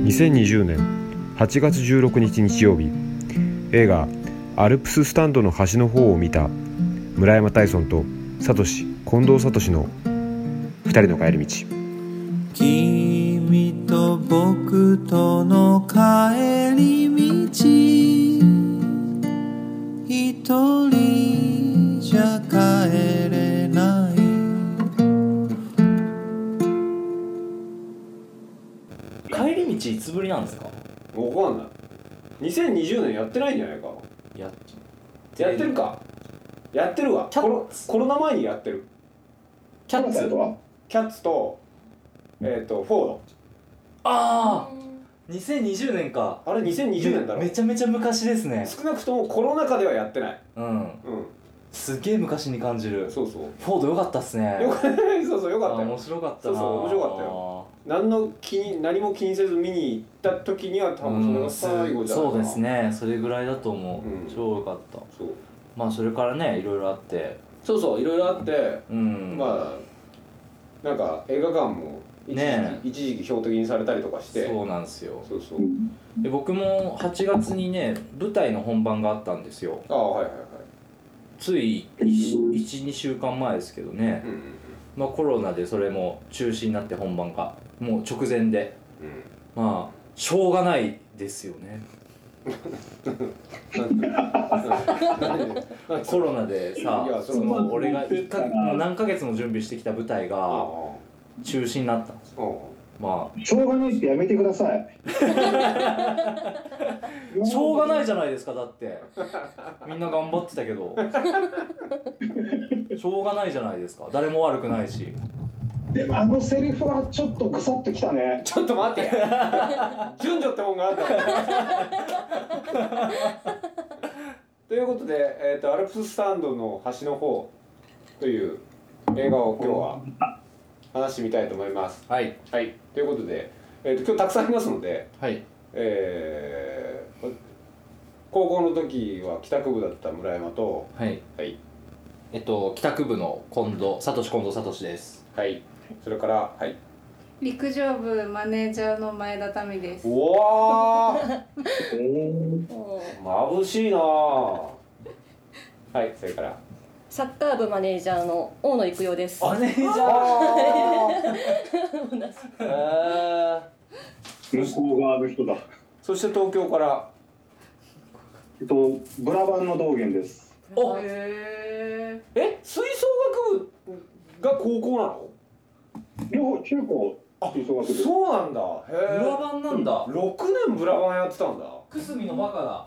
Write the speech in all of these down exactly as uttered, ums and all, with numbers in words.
にせんにじゅうねんはちがつじゅうろくにち日曜日、映画アルプススタンドの端の方を見た村山大尊とサトシ近藤聡のふたりの帰り道。 君と僕との帰り道、一人じゃ帰れない。 帰り道いつぶりなんですか？ 分かんない。にせんにじゅうねんやってないんじゃないか。 ややってるか。やってるわ。コロ、コロナ前にやってる。 キャッツはキャッツとえっ、ー、とフォード。 ああにせんにじゅうねんか。 あれにせんにじゅうねんだろ。 めちゃめちゃ昔ですね。 少なくともコロナ禍ではやってない。 うんうん。すげえ昔に感じる。 そうそう。 フォード良かったっすね。 よかったそうそうよかったよ。 面白かったな。 そうそう面白かったよ。何の気に何も気にせず見に行った時には多分それが最後じゃないかな。 そうですね。それぐらいだと思う。 うん、 超良かった。 そう。 まあそれからねいろいろあって。 そうそういろいろあって、 うん、 まあなんか映画館も一時期、ね、一時期標的にされたりとかして。 そうなんですよ。 そうそう。 で僕もはちがつにね舞台の本番があったんですよ。 ああはいはいはい。ついいち、にしゅうかんまえですけどね、うんうんうん、まあ、コロナでそれも中止になって本番がもう直前で、うん、まあしょうがないですよねコロナでさ、その俺がいっかもう何ヶ月も準備してきた舞台が中止になったんですよ。まあ、 しょうがないってやめてくださいしょうがないじゃないですか。だってみんな頑張ってたけどしょうがないじゃないですか。誰も悪くないし。 でもあのセリフはちょっとぐさっときたね。 ちょっと待ってや順序ってもんがあったということで、えーと、アルプススタンドの端の方という映画を今日は話してみたいと思います。 はい、 はい、ということで、えーと、今日たくさんありますので、 はい、 えー、高校の時は帰宅部だった村山と、 はい、はい、えっと帰宅部の近藤聡近藤聡です。 はい、それからはい。 陸上部マネージャーの前田民です。 うわー眩しいなはい、それからサッカー部マネージャーの大野育代です。 マネージャーえー、向こう側の人だ。 そして東京からえっとブラバンの道元です。 おへーえ吹奏楽部が高校なの？ 両方中高吹奏楽部。 そうなんだ。へーブラバンなんだ。 ろくねんブラバンやってたんだ。 くすみのバカだ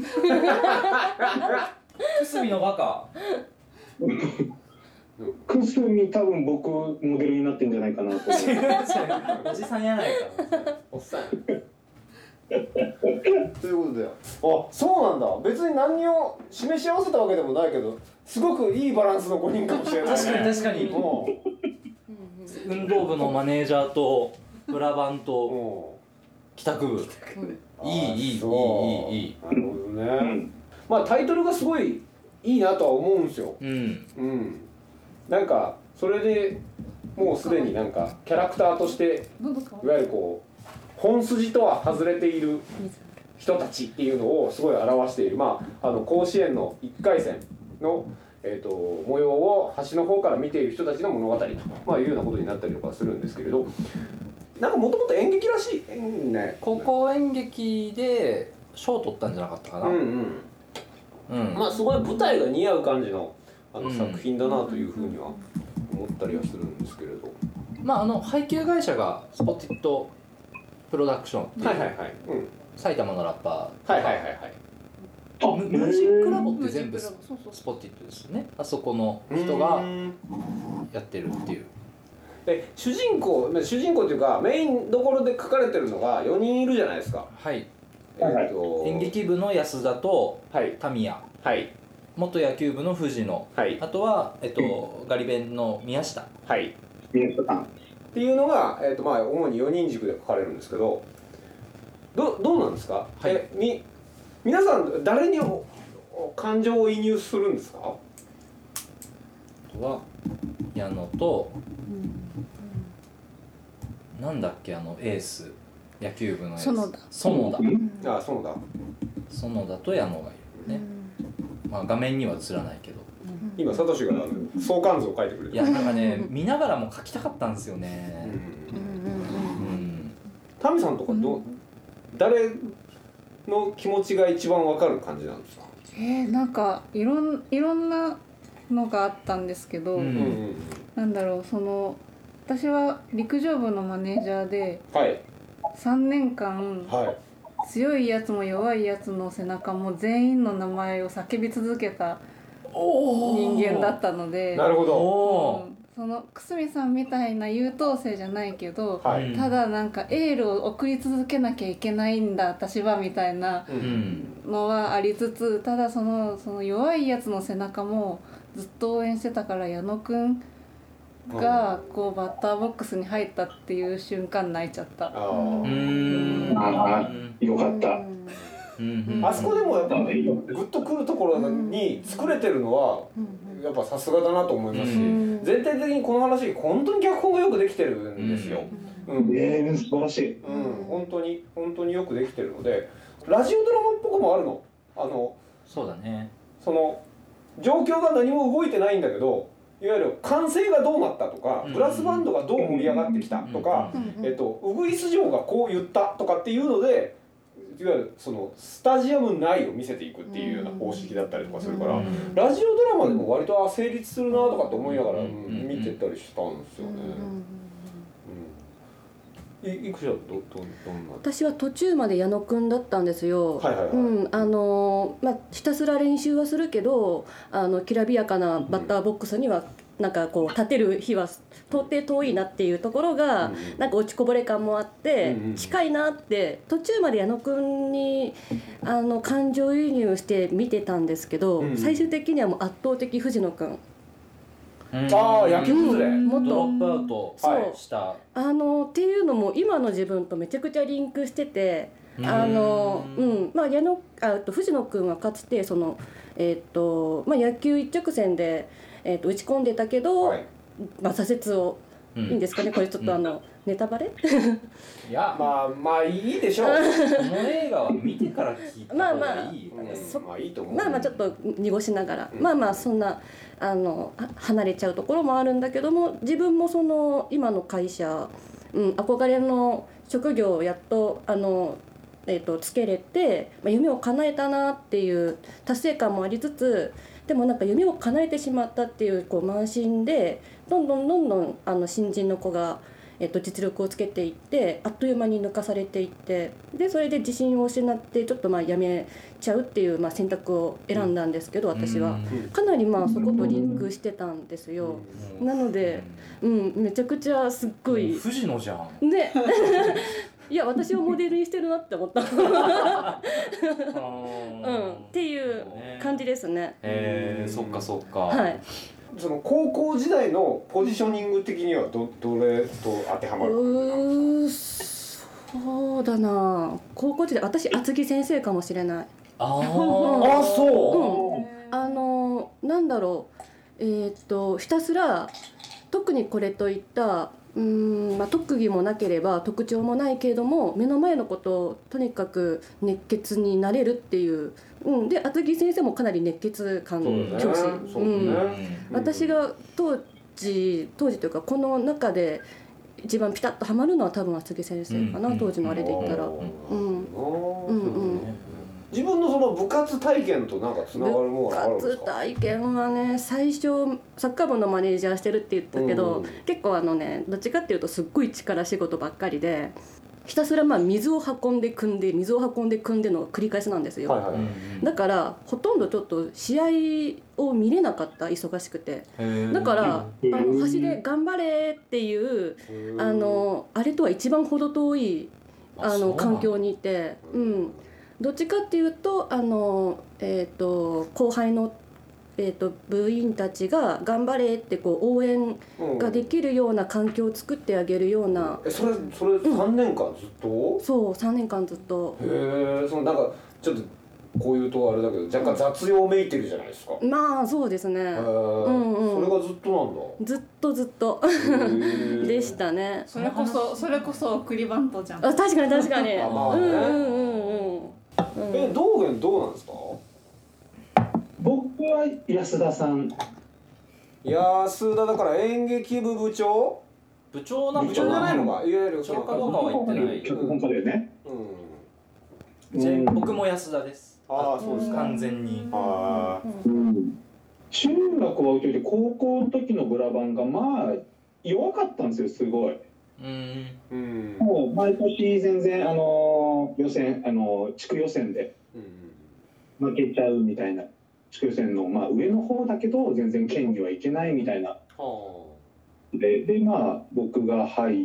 くすみのバカくすみ多分僕モデルになってんじゃないかなと思うおじさんやないかおっさんということで、あ、そうなんだ。別に何を示し合わせたわけでもないけど、すごくいいバランスのごにんかもしれない、ね、 確かに確かにもう運動部のマネージャーとブラバンと帰宅部、いいいいいいいいいなるほどね、うん、まあタイトルがすごいいいなとは思うんですよ。 うん、うん、 なんかそれでもうすでになんかキャラクターとしていわゆるこう本筋とは外れている人たちっていうのをすごい表している、まあ、あの甲子園のいっかい戦の、えー、と模様を端の方から見ている人たちの物語と、まあ、いうようなことになったりとかするんですけれど、なんかもともと演劇らしい、ね、 高校演劇で賞を取ったんじゃなかったかな。うんうん、うん、 まあすごい舞台が似合う感じの、あの作品だなというふうには思ったりはするんですけれど、 まああの配給会社がスポティットプロダクションっていう、はいはいはい、うん、埼玉のラッパー、 はいはいはいはい、 ムージックラボって全部スポティットですよね。あそこの人がやってるっていう。 で主人公主人公というかメインどころで書かれてるのがよにんいるじゃないですか。 はい。えー、と演劇部の安田とタミヤ、はい、元野球部の藤野、はい、あとは、えっと、ガリ勉の宮下、 はい、宮下さんっていうのが、えーとまあ、主によにん軸で書かれるんですけど、ど, どうなんですか、はい、えみ皆さん誰に感情を移入するんですか？あとは矢野と、うん、なんだっけあのエース野球部のやつ園田園田ああ園田園田と矢野がいるね、まあ画面には映らないけど今サトシが相関図を描いてくれていやなんかね見ながらも描きたかったんですよね。 タミさんとかどう誰の気持ちが一番わかる感じなんですか？ えー、なんかいろんいろんなのがあったんですけど、うん、なんだろうその私は陸上部のマネージャーで、はい、さんねんかん、はい、強いやつも弱いやつの背中も全員の名前を叫び続けた人間だったので、 なるほど、 うん、その久住さんみたいな優等生じゃないけど、はい、ただなんかエールを送り続けなきゃいけないんだ私はみたいなのはありつつ、ただその、その弱いやつの背中もずっと応援してたから矢野くんがこうバッターボックスに入ったっていう瞬間泣いちゃった。あーあーよかった。 あそこでもやっぱグッとくるところに作れてるのはやっぱさすがだなと思いますし、全体的にこの話本当に脚本がよくできてるんですよ。 うん、えー、素晴らしい。 うん、本当に本当によくできてるので、ラジオドラマっぽくもあるの。あのそうだね。 その状況が何も動いてないんだけど、いわゆる歓声がどうなったとか、ブラスバンドがどう盛り上がってきたとか、えっとウグイス嬢がこう言ったとかっていうので。いわゆるそのスタジアム内を見せていくっていうような方式だったりとかするから、ラジオドラマでも割と成立するなとかって思いながら見てたりしたんですよね。いいくじゃどどどんな？ 私は途中まで矢野くんだったんですよ。はいはいはい。うん、あのまあひたすら練習はするけど、あのきらびやかなバッターボックスにはなんかこう立てる日は到底遠いなっていうところが、うん、なんか落ちこぼれ感もあって、うん、近いなって途中まで矢野くんにあの感情移入して見てたんですけど、うん、最終的にはもう圧倒的藤野くん。 ああ野球崩れ、 うん、もっとドロップアウトした、 あのっていうのも今の自分とめちゃくちゃリンクしてて、あのうんまあ矢野あと藤野くんはかつてそのえっ、ー、とまあ野球一直線でえー、と打ち込んでたけど、はい、まあ、挫折を、うん、いいんですかねこれちょっとあの、うん、ネタバレいやまあまあいいでしょうこの映画は見てから聞いた方がいい、 まあまあ、そまあいいと思うまあまあちょっと濁しながら、うん、まあまあそんなあの離れちゃうところもあるんだけども、自分もその今の会社、うん、憧れの職業をやっとあのえー、とつけれて、まあ、夢を叶えたなっていう達成感もありつつ、でもなんか夢を叶えてしまったっていうこう慢心でどんどんどんどんあの新人の子が、えー、と実力をつけていってあっという間に抜かされていって、でそれで自信を失ってちょっとまあやめちゃうっていう、まあ、選択を選んだんですけど、私はかなりまあそことリンクしてたんですよ。なので、うん、めちゃくちゃすっごい藤野じゃんねいや私をモデルにしてるなって思ったうん、っていう感じですね。 へえ、そっかそっか。 はい。 その高校時代のポジショニング的には ど, どれと当てはまる？ うーそうだな。高校時代私厚木先生かもしれない。 あー、うん、 あそう。 うん、あのなんだろうえー、っとひたすら特にこれといったうーんまあ、特技もなければ特徴もないけれども目の前のことをとにかく熱血になれるっていう、うん、で厚木先生もかなり熱血感の教師、うん、私が当時当時というかこの中で一番ピタッとはまるのは多分厚木先生かな、うん、当時のあれで言ったら、うんうんうん、 自分のその部活体験となんかつながるものがあるんですか？ 部活体験はね、最初サッカー部のマネージャーしてるって言ったけど、うん、結構あのねどっちかっていうとすっごい力仕事ばっかりでひたすらまあ水を運んで汲んで水を運んで汲んでの繰り返しなんですよ、はいはいはい、だからほとんどちょっと試合を見れなかった、忙しくて。だからあの端で頑張れっていうあのあれとは一番程遠いあの環境にいて、うん、どっちかっていうとあの、えー、と後輩の、えー、と部員たちが頑張れってこう応援ができるような環境を作ってあげるような、 うん、えそれそれさんねんかんずっと、 うん、そうさんねんかんずっと。 へえ、そのなんかちょっとこういうとあれだけど若干雑用めいてるじゃないですか。 まあそうですね、うんうん、 それがずっとなんだ。 ずっとずっとでしたね。 それこそそれこそ送りバントじゃん。 あ、確かに確かに。 あ、まあね、 うんうんうんうん。 え、道元どうなんですか？ 僕は安田さん。 安田だから演劇部部長？ 部長なんか部長じゃないのか、いわゆる部長かどうかは言ってない。 脚本家だよね。 うん。 じゃあ僕も安田です。 ああ、そうですか。 完全に。 ああ。 うん。中学は置いといて高校の時のブラバンがまあ弱かったんですよ、すごい。 うん。 うん。 もう毎年全然あの予選あの地区予選で負けちゃうみたいな。地区予選のまあ上の方だけど全然県にはいけないみたいな。で, でまあ僕が入って、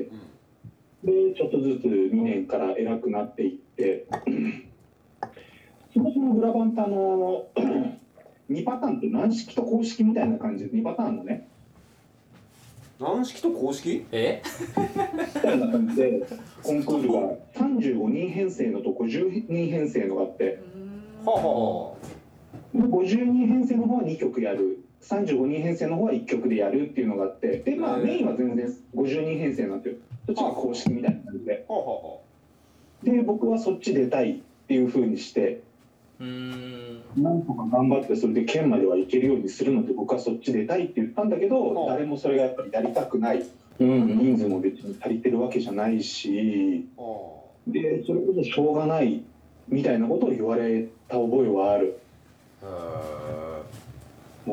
うん、でちょっとずつにねんから偉くなっていってそもそもブラバンってあのにパターンって軟式と公式みたいな感じでにパターンのね軟式と公式えみたいな感じでコンクールがさんじゅうごにん編成のとごじゅうにん編成のがあってははごじゅうにん編成の方はにきょくやるさんじゅうごにん編成の方はいっきょくでやるっていうのがあってでまあメインは全然ごじゅうにん編成なんてそっちが公式みたいな感じでで僕はそっち出たいっていう風にしてうーんなんとか頑張ってそれで県までは行けるようにするので僕はそっち出たいって言ったんだけど誰もそれがやっぱりやりたくない、うん、人数も別に足りてるわけじゃないしでそれこそしょうがないみたいなことを言われた覚えはある。うん、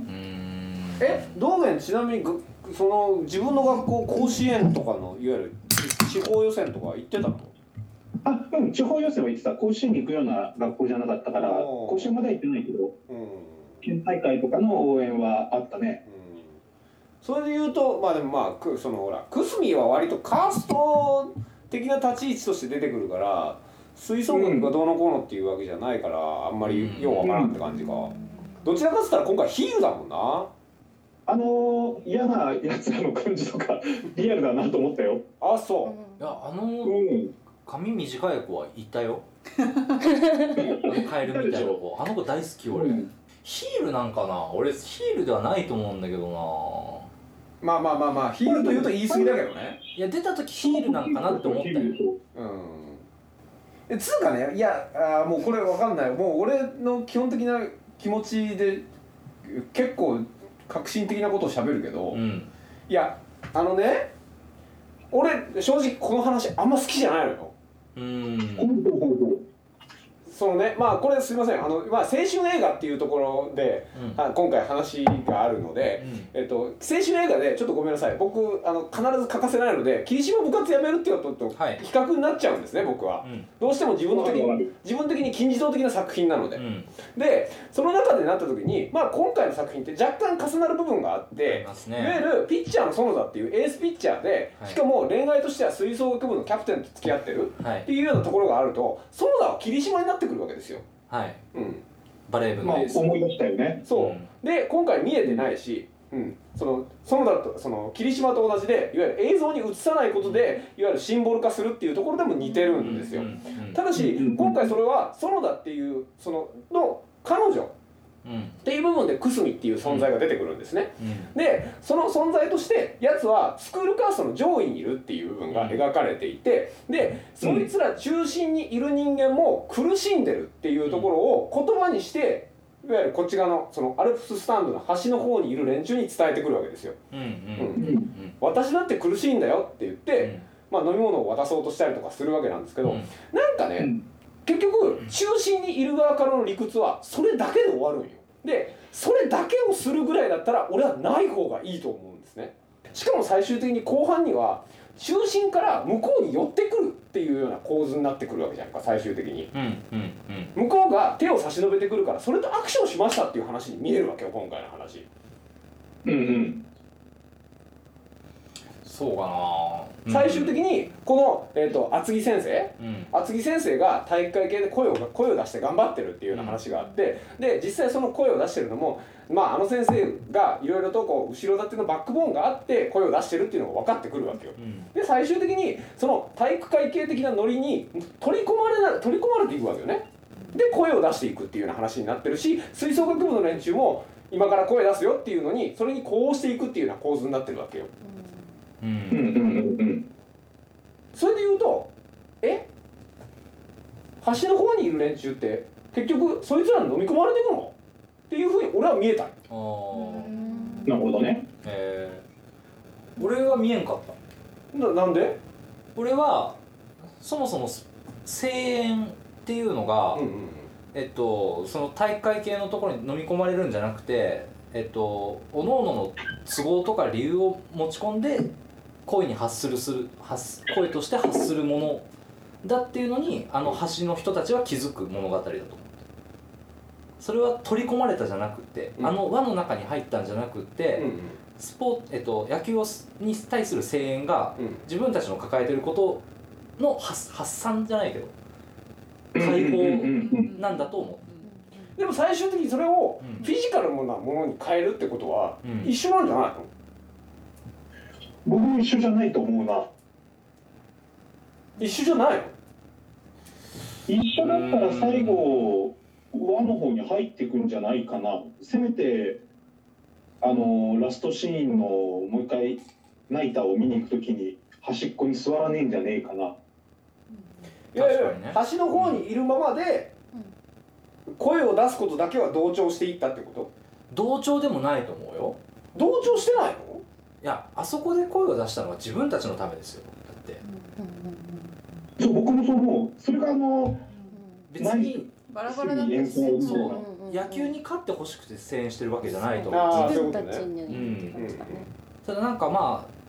え、道元ちなみにその自分の学校甲子園とかのいわゆる地方予選とか行ってたの？ あ、うん、地方予選は行ってた。甲子園に行くような学校じゃなかったから甲子園までは行ってないけど、うん、県大会とかの応援はあったね、うん、 それで言うとまあでもまあそのほらクスミは割とカースト的な立ち位置として出てくるから吹奏楽がどうのこうのっていうわけじゃないからあんまりようわからんって感じか、うんどちらかっつったら今回ヒールだもんな。 あのー、嫌なやつらの感じとかリアルだなと思ったよ。 あ、そう。 いやあのーうん、髪短い子はいたよ。あのカエルみたいな子、あの子大好き俺、うん。ヒールなんかな。俺ヒールではないと思うんだけどな。まあまあまあまあヒールというと言い過ぎだけどね。 いや出た時ヒールなんかなって思ったよ。うん。 えつうかねいやあもうこれわかんないもう俺の基本的な気持ちで結構革新的なことを喋るけど、うん、いやあのね俺正直この話あんま好きじゃないのよ。うんそのねまあこれすいませんあの、まあ、青春映画っていうところで、うん、今回話があるので、うんえっと、青春映画でちょっとごめんなさい僕あの必ず欠かせないので霧島部活やめるっていうことと比較になっちゃうんですね、はい、僕は、うん、どうしても自分的に自分的に金字塔的な作品なので、うん、でその中でなった時に、まあ、今回の作品って若干重なる部分があって、ね、いわゆるピッチャーの園田っていうエースピッチャーで、はい、しかも恋愛としては吹奏楽部のキャプテンと付き合ってる、はい、っていうようなところがあると園田は霧島になってくるわけですよ。はい、うん、バレー部のエース、まあ、思い出したよね。そう、うん、で今回見えてないし、うん、その園田とその霧島と同じでいわゆる映像に映さないことでいわゆるシンボル化するっていうところでも似てるんですよ。ただし今回それは園田っていうそのの彼女っていう部分でクスミっていう存在が出てくるんですね、うんうん、でその存在としてやつはスクールカーストの上位にいるっていう部分が描かれていてでそいつら中心にいる人間も苦しんでるっていうところを言葉にしていわゆるこっち側のそのアルプススタンドの端の方にいる連中に伝えてくるわけですよ。私だって苦しいんだよって言って、うんまあ、飲み物を渡そうとしたりとかするわけなんですけど、うん、なんかね、うん結局中心にいる側からの理屈はそれだけで終わるんよ。でそれだけをするぐらいだったら俺はない方がいいと思うんですね。しかも最終的に後半には中心から向こうに寄ってくるっていうような構図になってくるわけじゃないか最終的に、うんうんうん、向こうが手を差し伸べてくるからそれと握手をしましたっていう話に見えるわけよ今回の話。うんうんそうかな、最終的にこの、えー、と厚木先生、うん、厚木先生が体育会系で声を声を出して頑張ってるっていうような話があって、うん、で実際その声を出してるのも、まあ、あの先生がいろいろとこう後ろ盾のバックボーンがあって声を出してるっていうのが分かってくるわけよ、うん、で最終的にその体育会系的なノリに取り込まれな取り込まれていくわけよね。 で声を出していくっていうような話になってるし、吹奏楽部の連中も今から声出すよっていうのにそれにこうしていくっていうような構図になってるわけよ。 うんうんうんうんうんそれで言うとえ端の方にいる連中って結局そいつらに飲み込まれていくのっていうふうに俺は見えた。ああーなるほどね。 えー、俺は見えんかったななんで？ 俺はそもそも声援っていうのが、 うんうんえっと、その大会系のところに飲み込まれるんじゃなくて、えっと、各々の都合とか理由を持ち込んで声に発するする発声として発するものだっていうのにあの橋の人たちは気づく物語だと思う。それは取り込まれたじゃなくて、うん、あの輪の中に入ったんじゃなくて、うんうん、スポえっと、野球をに対する声援が、うん、自分たちの抱えていることの 発, 発散じゃないけど解放なんだと思う。 でも最終的にそれをフィジカルなものに変えるってことは一緒なんじゃないの？ 僕も一緒じゃないと思うな。 一緒じゃないの？ 一緒だったら最後輪の方に入ってくんじゃないかな。せめてあのラストシーンのもう一回ナイターを見に行くときに端っこに座らねえんじゃねえかな。 いやいや、ね、端の方にいるままで声を出すことだけは同調していったってこと？ 同調でもないと思うよ。 同調してないの？ いや、あそこで声を出したのは自分たちのためですよ。だってそう、僕もそう思う。それがあの別にバラバラだったし、そう野球に勝ってほしくて声援してるわけじゃないと思う。 あ自分たちに、うん、 ただなんかまあ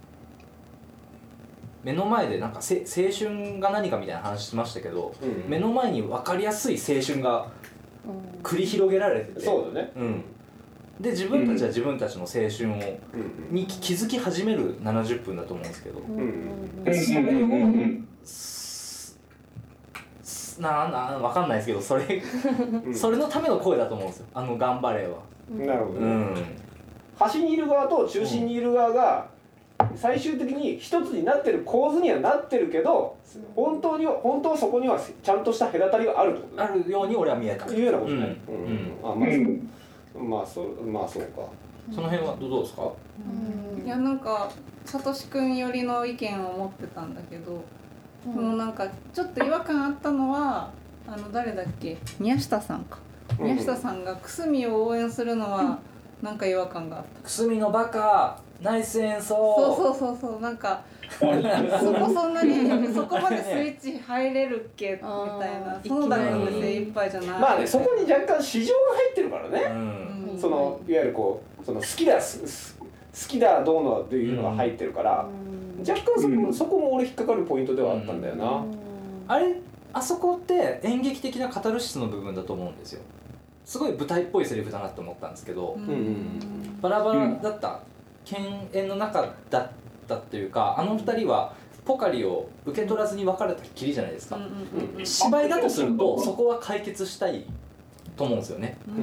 目の前でなんか青春が何かみたいな話しましたけど、うん、目の前に分かりやすい青春が繰り広げられてて、 そうだね、 うん、で自分たちは自分たちの青春を、うん、に気づき始めるななじゅっぷんだと思うんですけど、うん、それをなな分かんないですけどそれそれのための声だと思うんですよ、あの頑張れは。 なるほどね、うん、端にいる側と中心にいる側が最終的に一つになってる構図にはなってるけど、本当には本当はそこにはちゃんとした隔たりがあるってことね。 あるように俺は見えた。 いうようなことね。うんうん、あまあ、うん、まあそうまあそうか。 その辺はどうですか？ うん、いやなんかさとしくん寄りの意見を持ってたんだけど、うん、もうなんかちょっと違和感あったのはあの誰だっけ、宮下さんか。宮下さんがくすみを応援するのはなんか違和感があった。 くすみのバカ。ナイス演奏。 そうそうそうそうなんかそこそんなにそこまでスイッチ入れるっけみたいな、そのだけで精一杯じゃない。 まあね、そこに若干市場が入ってるからね。うん、そのいわゆるこうその好きだ好きだどうのっていうのが入ってるから、うん、若干そこ、うん、そこも俺引っかかるポイントではあったんだよな。うん、 あれあそこって演劇的なカタルシスの部分だと思うんですよ。すごい舞台っぽいセリフだなって思ったんですけど、うん、バラバラだった。犬猿の中だったっていうか、あの二人はポカリを受け取らずに別れたきりじゃないですか。芝居だとするとそこは解決したいと思うんですよね。うん、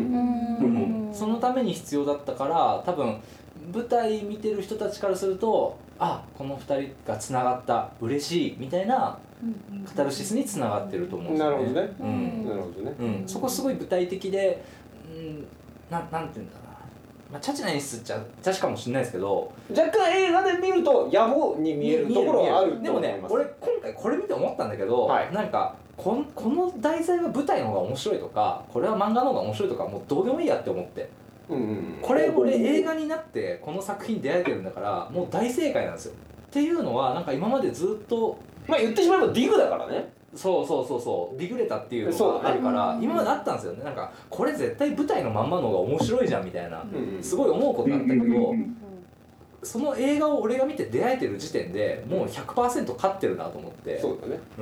そのために必要だったから、多分舞台見てる人たちからすると、あ、この二人がつながった嬉しいみたいなカタルシスにつながってると思うんですよね。 なるほどね。うん、なるほどね。 うん、そこすごい具体的で、うん、な, なんていうんだろう。まあ、チャチな演出っちゃチャチかもしれないですけど、 若干映画で見ると野暮に見えるところはあるでもね、俺今回これ見て思ったんだけど、はい、なんかこんこの題材は舞台の方が面白いとか、これは漫画の方が面白いとか、もうどうでもいいやって思って、うんうん、これ俺映画になってこの作品に出会えてるんだから、もう大正解なんですよ。っていうのはなんか今までずっと、 まあ言ってしまえばディグだからね。 そうそうそうそうディグれたっていうのがあるから、ね、今まであったんですよね。なんかこれ絶対舞台のまんまの方が面白いじゃんみたいな、うん、すごい思うことあったけど、うん、その映画を俺が見て出会えてる時点でもう ひゃくパーセント 勝ってるなと思って、 そうだね、 うん、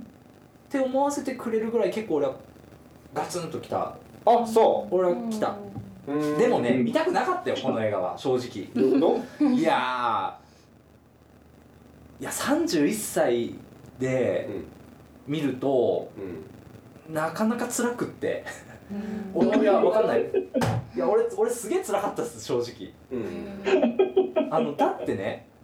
って思わせてくれるぐらい結構俺はガツンときた。 あ、そう俺は来た。でもね、見たくなかったよこの映画は正直。いやーいやさんじゅういっさいで見ると、うん、なかなか辛くって俺いや分かんない。いや俺俺すげえ辛かったです正直、うん、あのだってね、うん、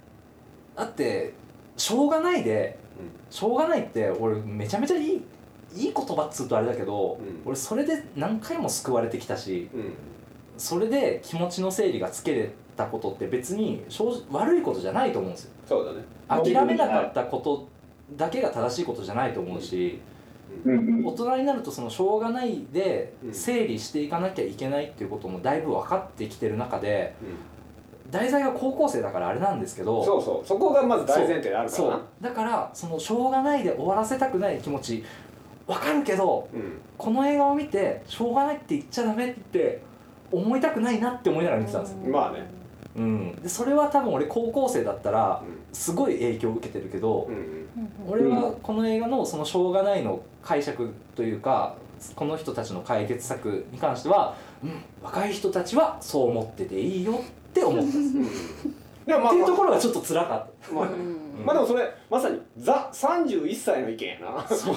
だってしょうがないで、うん、しょうがないって俺めちゃめちゃいいいい言葉っつうとあれだけど、うん、俺それで何回も救われてきたし、うん、それで気持ちの整理がつけれたことって別に正直悪いことじゃないと思うんですよ。 そうだね。 諦めなかったことだけが正しいことじゃないと思うし、うん、大人になるとそのしょうがないで整理していかなきゃいけないっていうこともだいぶ分かってきてる中で、うん、題材が高校生だからあれなんですけど、 そうそうそこがまず大前提であるからな。 だからそのしょうがないで終わらせたくない気持ち分かるけど、うん、この映画を見てしょうがないって言っちゃダメって思いたくないなって思いながら見てたんですよ。 まあね、 うん、でそれは多分俺高校生だったらすごい影響を受けてるけど、うんうん、俺はこの映画のそのしょうがないの解釈というかこの人たちの解決策に関しては、うん、若い人たちはそう思ってていいよって思ったんです、うん、でもまあ、っていうところがちょっと辛かった、 まあ、うん、まあでもそれまさにザさんじゅういっさいの意見やなそう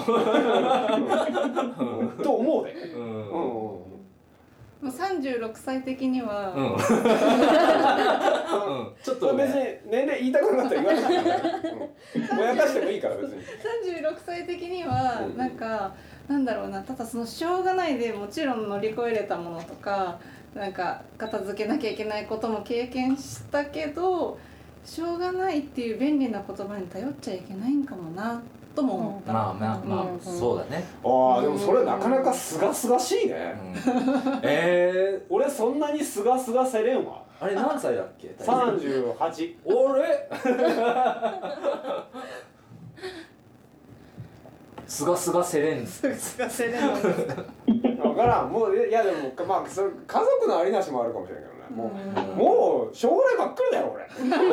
と思うで、うんうんうんさんじゅうろくさい的には、うんうん、 ちょっと、ね、別に年齢言いたくなかったら言わなくていいから、ぼやかしてもいいから別にさんじゅうろくさい的には、うん、なんかなんだろうな、ただそのしょうがないでもちろん乗り越えれたものとかなんか片付けなきゃいけないことも経験したけどしょうがないっていう便利な言葉に頼っちゃいけないんかもなとも思った。 まあまあまあ、うん、そうだね。 ああでもそれなかなかすがすがしいね、うん、えー、俺そんなにすがすがせれんわ。 あれ何歳だっけ？ さんじゅうはち。俺すがすがせれんすがせれんのですか分からん。もういやでもまあそれ家族のありなしもあるかもしれないけどね。もう、うん、もうしょうがないばっかりだよ俺しょうが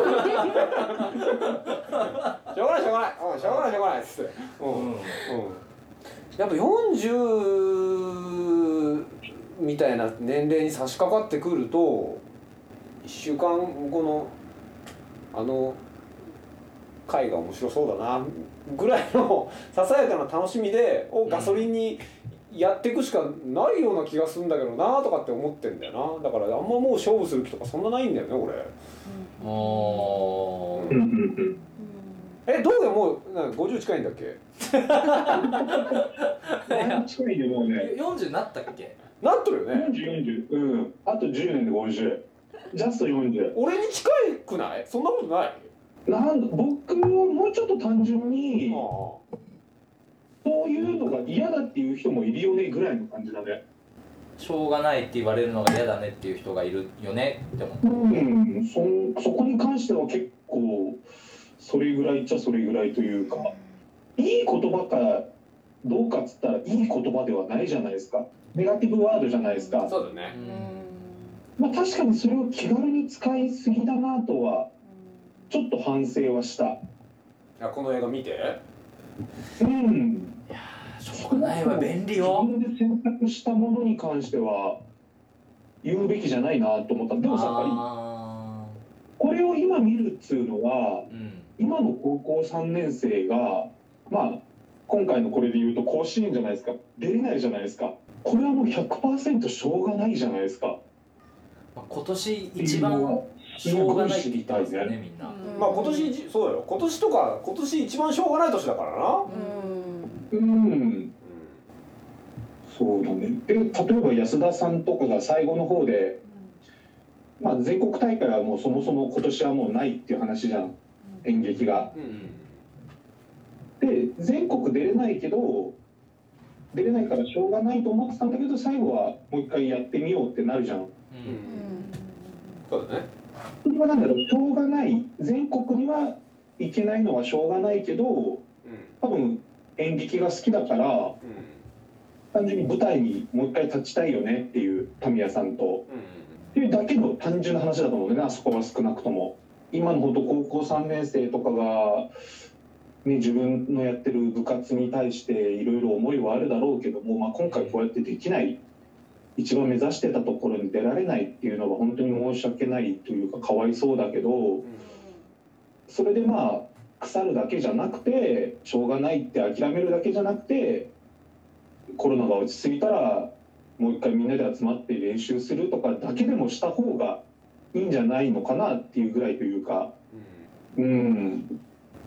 ないしょうがない、うん、しょうがないしょうがないっつって、うんうん、やっぱよんじゅうみたいな年齢に差し掛かってくるといっしゅうかんごのあの回が面白そうだなぐらいのささやかな楽しみでをガソリンにやっていくしかないような気がするんだけどなとかって思ってんだよな。だからあんまもう勝負する気とかそんなないんだよね俺。あー、うん、えどうでもうごじゅう近いんだっけ近いでもうねよんじゅうになったっけ。 なっとるよね。 よんじゅう、よんじゅう、うん、あとじゅうねんでごじゅう、ジャストよんじゅう。 俺に近くない？そんなことない？ なん僕もうちょっと単純にああそういうのが嫌だっていう人もいるよねぐらいの感じだね。 しょうがないって言われるのが嫌だねっていう人がいるよねって思って。 うん、そ, そこに関しては結構それぐらいっちゃそれぐらいというか、いい言葉かどうかっつったらいい言葉ではないじゃないですか。ネガティブワードじゃないですか。 そうだね。 まあ確かにそれを気軽に使いすぎだなとはちょっと反省はした。 あ、この映画見て。 うん。 いやしょうがないわ便利よ。 自分で選択したものに関しては言うべきじゃないなと思った。でもさっぱりこれを今見るっつうのは、うん、今の高校さんねん生がまあ今回のこれで言うと甲子園じゃないですか。出れないじゃないですか。これはもう ひゃくパーセント しょうがないじゃないですか。 今年一番しょうがないって言ったんですよねみんな。 まあ今年そうだよ。今年とか今年一番しょうがない年だからな。 うん。うん。そうだね。で例えば安田さんとかが最後の方で、まあ全国大会はもうそもそも今年はもうないっていう話じゃん。演劇が。うん、で全国出れないけど出れないからしょうがないと思ってたんだけど最後はもう一回やってみようってなるじゃん。うん。 そうだね。 それはなんだろう、しょうがない、全国には行けないのはしょうがないけど、うん、多分演劇が好きだから、うん、単純に舞台にもう一回立ちたいよねっていうタミヤさんと、うん、っていうだけの単純な話だと思うんだよね、あそこは少なくとも。今のほど高校さんねん生とかが、ね、自分のやってる部活に対していろいろ思いはあるだろうけども、まあ、今回こうやってできない。一番目指してたところに出られないっていうのは本当に申し訳ないというかかわいそうだけど、それでまあ腐るだけじゃなくてしょうがないって諦めるだけじゃなくてコロナが落ち着いたらもう一回みんなで集まって練習するとかだけでもした方がいいんじゃないのかなっていうぐらいというか、うん、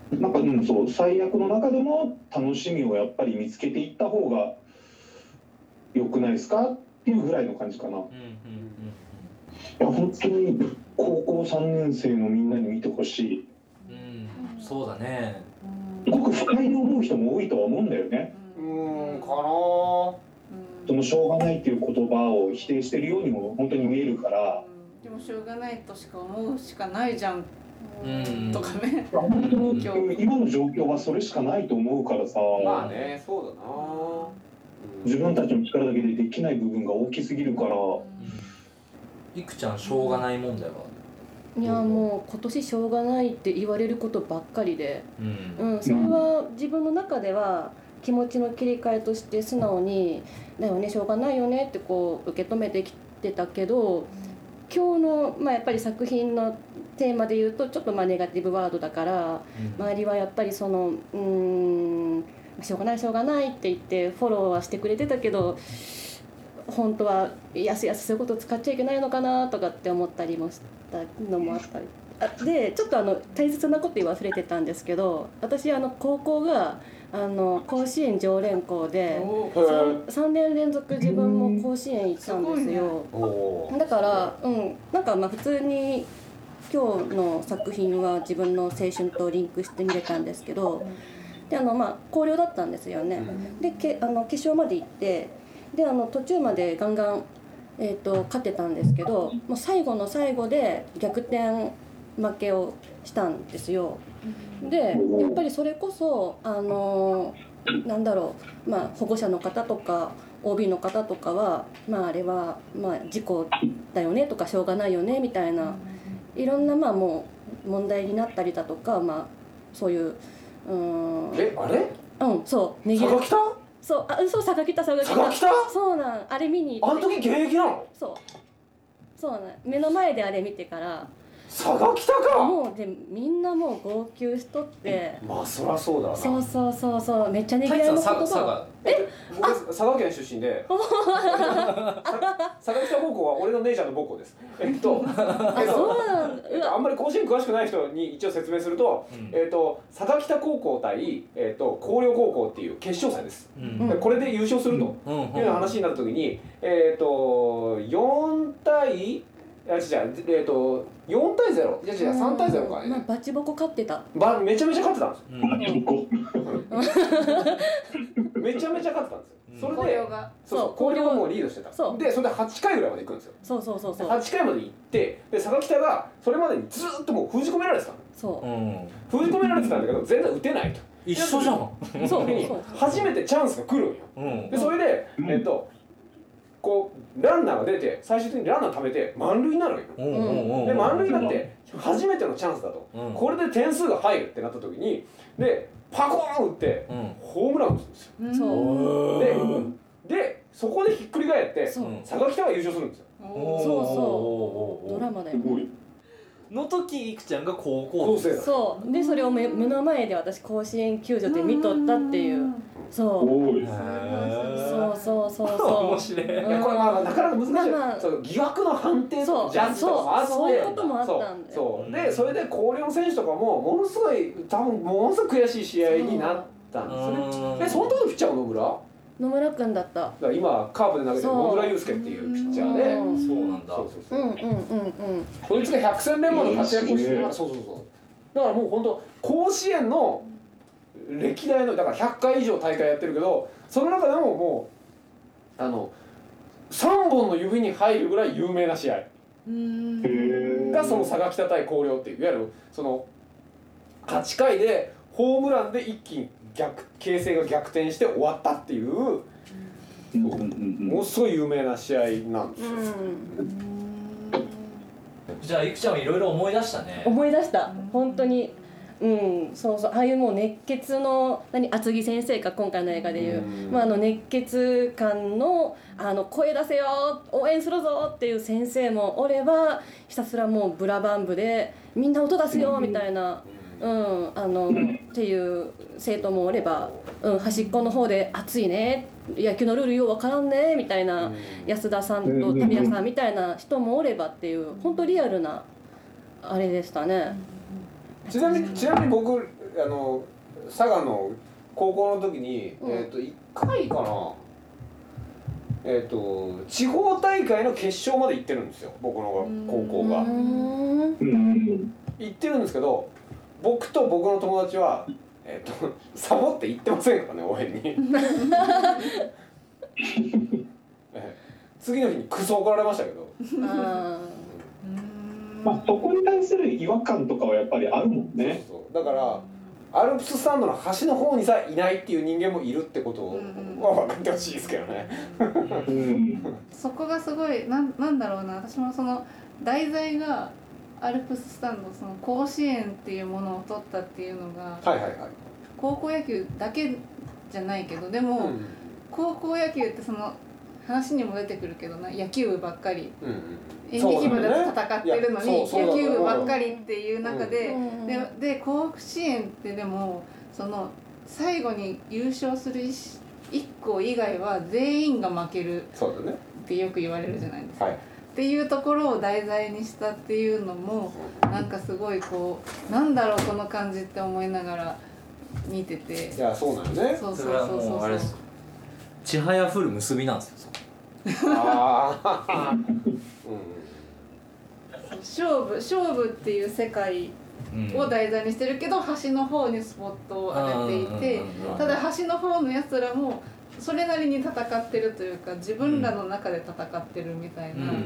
なんか、うん、そう最悪の中でも楽しみをやっぱり見つけていった方が良くないですかっていうぐらいの感じかな。うんうんうん、いや本当に高校さんねん生のみんなに見てほしい。 うん、そうだね。 すごく不快に思う人も多いとは思うんだよね。 うーんかな。 そのしょうがないっていう言葉を否定してるようにも本当に見えるから。 でもしょうがないとしか思うしかないじゃん。 うんとかね。 本当に今の状況はそれしかないと思うからさ。 まあね、そうだな。 自分たちの力だけでできない部分が大きすぎるから。 いくちゃんしょうがない問題は。 いやもう今年しょうがないって言われることばっかりで、うん、うん、それは自分の中では気持ちの切り替えとして素直にだよね、しょうがないよねってこう受け止めてきてたけど、今日の、まあ、やっぱり作品のテーマで言うとちょっとまあネガティブワードだから、うん、周りはやっぱりそのうーんしょうがないしょうがないって言ってフォローはしてくれてたけど、本当はやすやすそういうことを使っちゃいけないのかなとかって思ったりもしたのもあったり、あでちょっとあの大切なこと言い忘れてたんですけど、私あの高校があの甲子園常連校で 3, さんねん連続自分も甲子園行ったんですよ。だからうんなんかまあ普通に今日の作品は自分の青春とリンクして見れたんですけど、であのまあ広陵だったんですよね。でけあの決勝まで行ってであの途中までガンガン、えー、と勝ってたんですけど、もう最後の最後で逆転負けをしたんですよ。でやっぱりそれこそあのなんだろう、まあ、保護者の方とか オービー の方とかは、まあ、あれはまあ事故だよねとかしょうがないよねみたいないろんなまあもう問題になったりだとか、まあ、そういううーんえあれうんそうねぎら北そうあそう佐賀北佐賀北佐賀北そうなんあれ見にあの時現役なのそうそうなん目の前であれ見てから佐賀北かもうでみんなもう号泣しとってまあそりゃそうだなそうそうそうそうめっちゃねぎらいの言葉え僕佐賀県出身で佐賀北高校は俺の姉ちゃんの母校ですえっとあそうなんだ、 えっと、あんまり甲子園詳しくない人に一応説明すると、うん、えっと佐賀北高校対、えっと、広陵高校っていう決勝戦です、うん、これで優勝すると、うん、いうような話になった時にえっとよん対いやじゃあえっとよん対ゼロいやじゃあさん対ゼロかね、 まあ、バチボコ勝ってたばめちゃめちゃ勝ってたんですよ、 うん、バチボコめちゃめちゃ勝ってたんですよ、うん、それで広陵がそう広陵がもうリードしてたそうでそれではちかいぐらいまで行くんですよそうそうそうそうはちかいまで行ってで佐賀北がそれまでにずっともう封じ込められてたのそう、うん、 封じ込められてたんだけど全然打てないと一緒じゃんそう初めてチャンスが来るんよ、うん、でそれで、うん、えっとこうランナーが出て最終的にランナー貯めて満塁になるわけよ、うん、で満塁になって初めてのチャンスだと、うん、これで点数が入るってなった時にでパコーン打って、うん、ホームラン打つんですよ、うん、そうででそこでひっくり返って佐賀北が優勝するんですよそうそうドラマだよの時いくちゃんが高校生だそうでそれを 目, 目の前で私甲子園球場で見とったっていうそうそうそうそうそう面白い、 うん、これまあなかなか難しい、まあまあ、そう疑惑の判定とジャッジとかもあってそういうこともあったんだよそうでそれで広陵の選手とかもものすごい多分ものすごく悔しい試合になったんですよねでその時のピッチャーは野村野村君だっただから今カープで投げてる野村祐介っていうピッチャーでそうなんだそうそうそううんうんうんうんこいつが百戦錬磨の活躍をしてるそうそうそうだからもう本当甲子園の歴代のだからひゃっかい以上大会やってるけどその中でももうあのさんぼんの指に入るぐらい有名な試合がその佐賀北対広陵っていういわゆるそのはちかいでホームランで一気に逆形勢が逆転して終わったっていうものすごい有名な試合なんですよ。 じゃあいくちゃんはいろいろ思い出したね。 思い出した本当に。うん、そうそうああいうもう熱血の何厚木先生か今回の映画でいう、うまあ、あの熱血感のあの声出せよ応援するぞっていう先生もおればひたすらもうブラバン部でみんな音出すよみたいな、うん、あのっていう生徒もおれば、うん、端っこの方で熱いね野球のルールようわからんねみたいな安田さんと田宮さんみたいな人もおればっていう本当リアルなあれでしたね。 ちなみにちなみに僕あの佐賀の高校の時に、うん、えっといっかいかな、えっと地方大会の決勝まで行ってるんですよ、僕の高校が。行ってるんですけど、僕と僕の友達は、えっとサボって行ってませんからね、応援に。次の日にクソ怒られましたけど。 あまあ、そこに対する違和感とかはやっぱりあるもんね。 そうそう、だからアルプススタンドの端の方にさいないっていう人間もいるってことは分かってほしいですけどね。 そこがすごいな ん, なんだろうな、私もその題材がアルプススタンド、その甲子園っていうものを取ったっていうのが、 はいはいはい、 高校野球だけじゃないけど、でも、うん、高校野球ってその話にも出てくるけどな、野球部ばっかり、うんうん、演劇部で戦ってるのに、ね、野球部ばっかりっていう中で、うん、で, で甲子園ってでもその最後に優勝するいっ校以外は全員が負けるってよく言われるじゃないですか、はい、っていうところを題材にしたっていうのもなんかすごいこう、なんだろうこの感じって思いながら見てて。 いやそうなんよね。 そうそうそうそうそう。ちはやふる結びなんですよ。 ああ、うん、 勝負勝負っていう世界を題材にしてるけど、端の方にスポットを当てていて、ただ端の方のやつらもそれなりに戦ってるというか、自分らの中で戦ってるみたいな。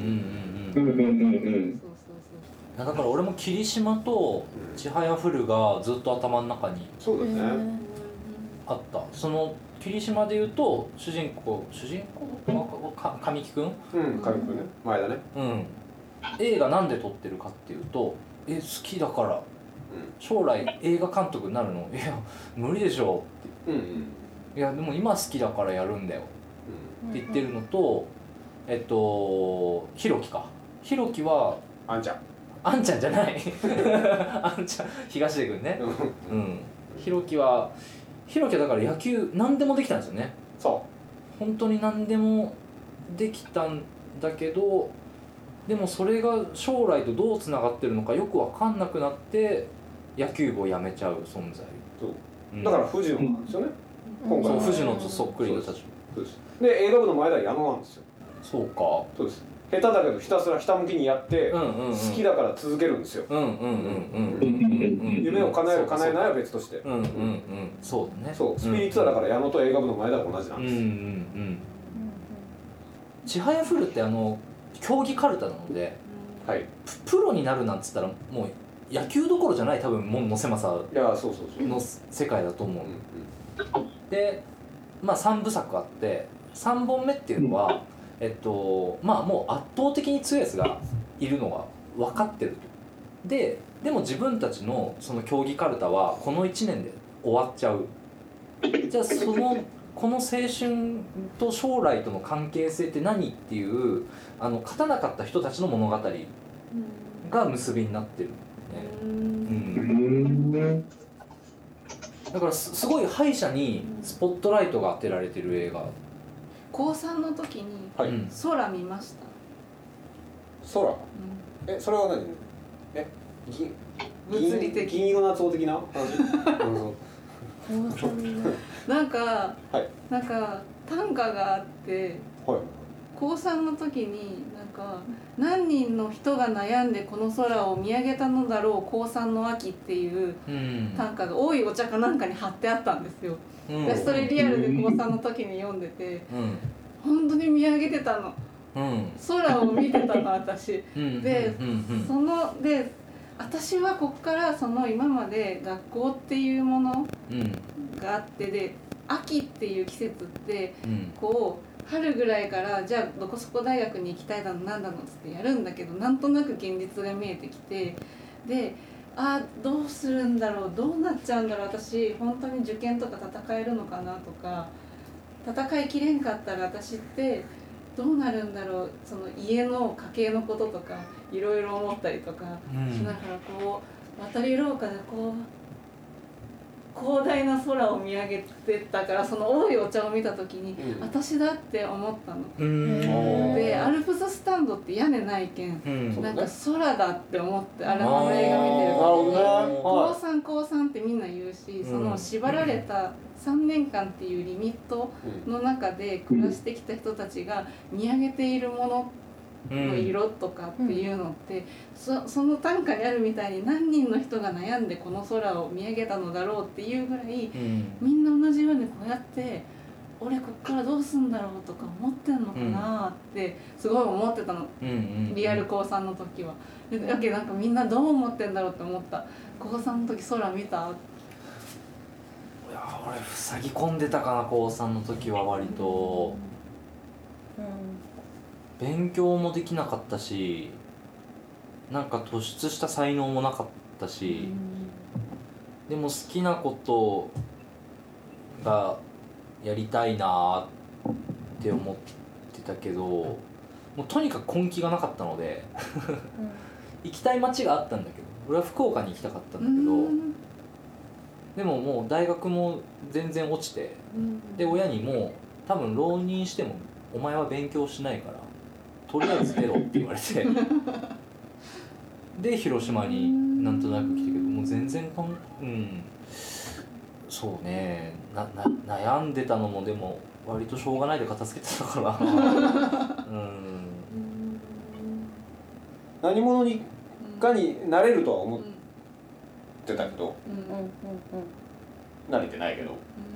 だから俺も霧島とちはやふるがずっと頭の中にそうですねあった。その霧島でいうと主人公主人公か神木くん、 うん神木くんね、前だね、 うん、映画なんで撮ってるかっていうと、え好きだから、うん、将来映画監督になるの、いや無理でしょって、うんうん、いやでも今好きだからやるんだよ、うん、って言ってるのと、えっとひろきかひろきはあんちゃんあんちゃんじゃないあんちゃん東出くんね、うん、ひろきはひろきはだから野球何でもできたんですよね。 そう本当に何でもできたんだけど、でもそれが将来とどうつながってるのかよく分かんなくなって野球部を辞めちゃう存在。 そう、うん、だから藤野なんですよね、 うん、今回藤野とそっくりの立場。 そうです。で映画部の前田は矢野なんですよ。 そうか。 そうです。下手だけどひたすらひたむきにやって、うんうんうん、好きだから続けるんですよ。夢を叶える叶えないは別として。うんうんうん。 そうだね。 そう。スピリッツはだから矢野と映画部の前田は同じなんです。うんうんうん。 ちはやふるってあの競技カルタなので、はい、プロになるなんつったらもう野球どころじゃない多分門野狭さの世界だと思う。で、まあさんぶさくあってさんぼんめっていうのは。えっとまあもう圧倒的に強いやつがいるのが分かってると。ででも自分たちのその競技カルタはこのいちねんで終わっちゃう。じゃあそのこの青春と将来との関係性って何っていうあの勝たなかった人たちの物語が結びになってる、ね、うん、だから す, すごい敗者にスポットライトが当てられてる映画。 高さんの時に空見ました。 空、うん、えそれは何え銀物理的銀色夏男的な話なんか、はい、なんか短歌があって、はい、高さんの時になんか何人の人が悩んでこの空を見上げたのだろう高さんの秋っていう短歌が多いお茶かなんかに貼ってあったんですよ。私それリアルで高さんの時に読んでて、うん、本当に見上げてたの、うん、空を見てたの私、うん、で、うん、そので私はこっからその今まで学校っていうものがあってで秋っていう季節ってこう春ぐらいからじゃあどこそこ大学に行きたいだのなんだのってやるんだけどなんとなく現実が見えてきてであどうするんだろうどうなっちゃうんだろう私本当に受験とか戦えるのかなとか戦いきれんかったら私ってどうなるんだろうその家の家計のこととかいろいろ思ったりとかしながらこう渡り廊下でこう広大な空を見上げてたから、その青いお茶を見た時に、うん、私だって思ったの。うんでアルプススタンドって屋根ないけん、うん、なんか空だって思って、あれの映画見てるからね、高三高三ってみんな言うし、その縛られたさんねんかんっていうリミットの中で暮らしてきた人たちが見上げているものの色とかっていうのって、うん、そ, その短歌にあるみたいに何人の人が悩んでこの空を見上げたのだろうっていうぐらい、うん、みんな同じようにこうやって俺こっからどうすんだろうとか思ってんのかなってすごい思ってたの、うんうん、リアル高さんの時は。だけどなんかみんなどう思ってんだろうって思った。高さんの時空見た？ いや俺塞ぎ込んでたかな、高さんの時は割と、うん、勉強もできなかったし、なんか突出した才能もなかったし、うん、でも好きなことがやりたいなって思ってたけど、もうとにかく根気がなかったので行きたい街があったんだけど、俺は福岡に行きたかったんだけど、うん、でももう大学も全然落ちて、うん、で親にも多分浪人してもお前は勉強しないからとりあえず出ろって言われてで広島になんとなく来たけど、もう全然こんうんそうねなな悩んでたのもでも割としょうがないで片付けてたからうん何者にかになれるとは思ってたけど、うんうんうん、慣れてないけど、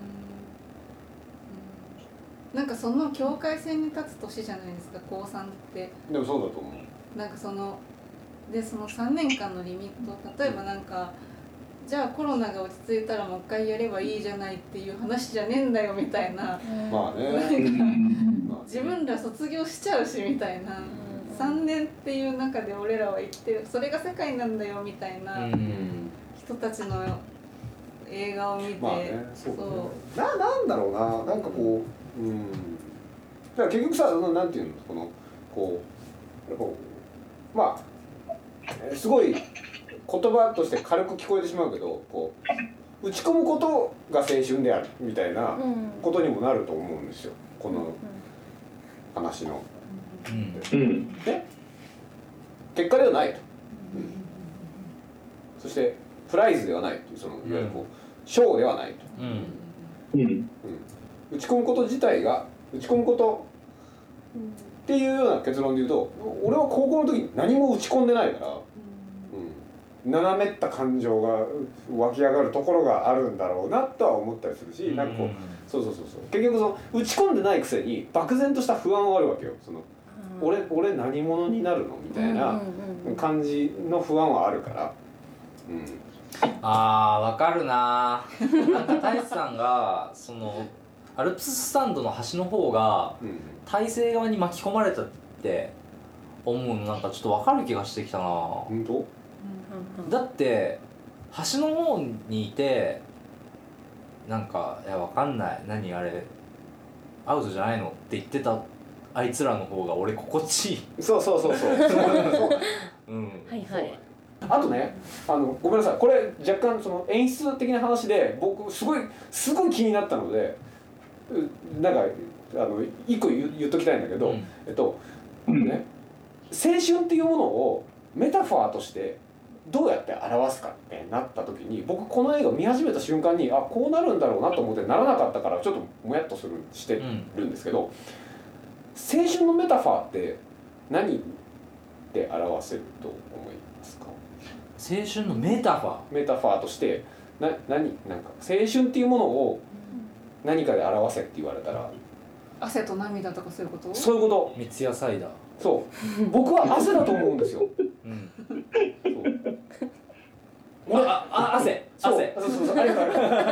うん、なんかその境界線に立つ年じゃないですか高さんって。 でもそうだと思う。なんかそのでそのさんねんかんのリミット、例えばなんかじゃあコロナが落ち着いたらもう一回やればいいじゃないっていう話じゃねえんだよみたいな、 まあね、 なんか自分ら卒業しちゃうしみたいな、さんねんっていう中で俺らは生きてる、それが世界なんだよみたいな人たちの映画を見て、 まあね、そうね、そうな、なんだろうな、なんかこう、うん、だから結局さ、なんていうの、このこうこうまあすごい言葉として軽く聞こえてしまうけど、こう打ち込むことが青春であるみたいなことにもなると思うんですよ、この話の。うん、で結果ではないと、うん、そしてプライズではないという、そのいわゆるこう賞ではないと、うんうん、打ち込むこと自体が打ち込むことっていうような結論で言うと、俺は高校の時に何も打ち込んでないから、うん、斜めった感情が湧き上がるところがあるんだろうなとは思ったりするし、うん、なんかこうそうそうそうそう結局その打ち込んでないくせに漠然とした不安はあるわけよ。その俺, 俺何者になるのみたいな感じの不安はあるから、うん、 あー分かるな。なんか大志さんがそのアルプススタンドの端の方が大西側に巻き込まれたって思うのなんかちょっと分かる気がしてきたな。 本当？ だって端の方にいてなんかいや分かんない何あれアウトじゃないのって言ってたあいつらの方が俺心地いい。 そうそうそうそう。うん。はいはい。あとね、あのごめんなさい。これ若干その演出的な話で僕すごいすごい気になったので、なんかあの一個 言, 言っときたいんだけど、うん、えっと、うん、ね、青春っていうものをメタファーとしてどうやって表すかってなった時に、僕この映画見始めた瞬間にあこうなるんだろうなと思ってならなかったからちょっともやっとするしてるんですけど。うん、青春のメタファーって何で表せると思いますか？ 青春のメタファーメタファーとしてな何なんか青春っていうものを何かで表せって言われたら、 汗と涙とかそういうこと？ そういうこと。 三ツ矢サイダー。 そう僕は汗だと思うんですよ。うん、そう俺ああ汗汗そうそうそうあれあれ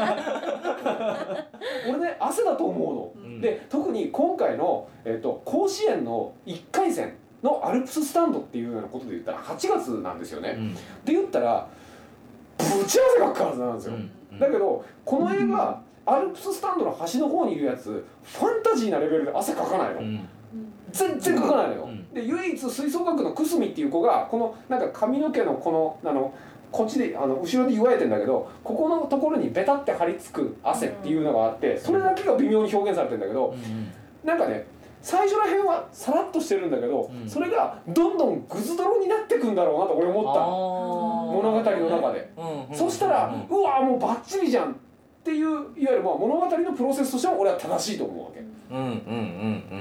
俺ね汗だと思うの、うん、で特に今回の、えーと、甲子園のいっかい戦のアルプススタンドっていうようなことで言ったらはちがつなんですよね、うん、で言ったらぶち汗かくはずなんですよ、うんうん、だけどこの映画、うん、アルプススタンドの端の方にいるやつファンタジーなレベルで汗かかないの、うん、全然かかないのよ、うん、で唯一吹奏楽のくすみっていう子がこのなんか髪の毛のこのあのこっちであの後ろで言われてんだけど、ここのところにベタって張り付く汗っていうのがあって、それだけが微妙に表現されてんだけど、うん、なんかね最初ら辺はさらっとしてるんだけど、うん、それがどんどんグズ泥になってくんだろうなと俺思った物語の中で、うん、そしたら、うん、うわもうバッチリじゃんっていういわゆるまあ物語のプロセスとしては俺は正しいと思うわけ、うんうんうんうん、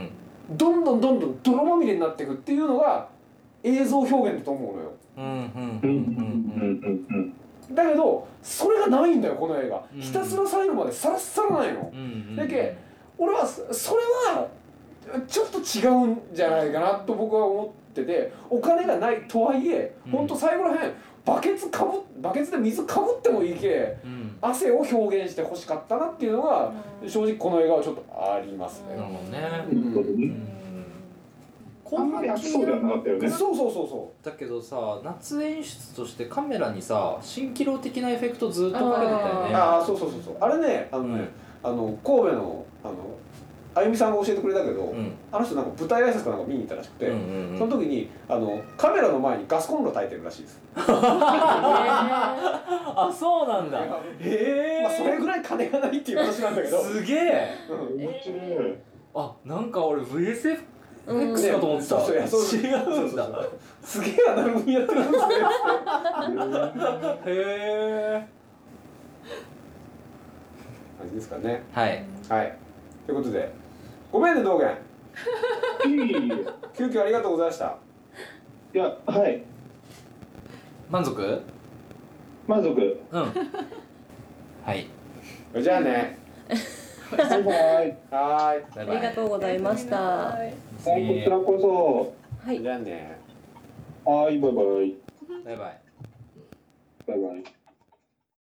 どんどんどんどん泥まみれになっていくっていうのが映像表現だと思うのよ、うんうんうんうんうん、だけどそれがないんだよこの映画、ひたすら最後までサラッサラないの、うんうん、だけ俺はそれはちょっと違うんじゃないかなと僕は思ってて、お金がないとはいえ、うん、ほんと最後らへんバケツかぶバケツで水かぶってもいいけ、うん、汗を表現してほしかったなっていうのが、うん、正直この映画はちょっとありますね。なるほどね。うんうんあんまり熱そうではなかったよね。 そうそうそうそう。 だけどさ、夏演出としてカメラにさ、蜃気楼的なエフェクトずっとかけてたよね。 ああ、そうそうそうそう。あれね、あのね、うん、あの神戸のあのあゆみさんが教えてくれたけど、うん、あの人なんか舞台挨拶かなんか見に行ったらしくて、うんうんうん、その時にあのカメラの前にガスコンロ焚いてるらしいです。 あ、そうなんだ。へえ。まあそれぐらい金がないっていう話なんだけど。 すげえ。面白い。あ、なんか俺 ブイエスエフX かと思ってた。違うんだ。 すげえアナログにやってるんですね。 へえ。 感じですかね。 はい。 はい。ということで、ごめんね道元。急遽ありがとうございました。 いや、はい。 満足？ 満足。 うん。はい。 じゃあね。 バイバイ。 はい。 ありがとうございました。 はい、こちらこそ。はい。 じゃあね。 はい、バイバイ。 バイバイ。 バイバイ。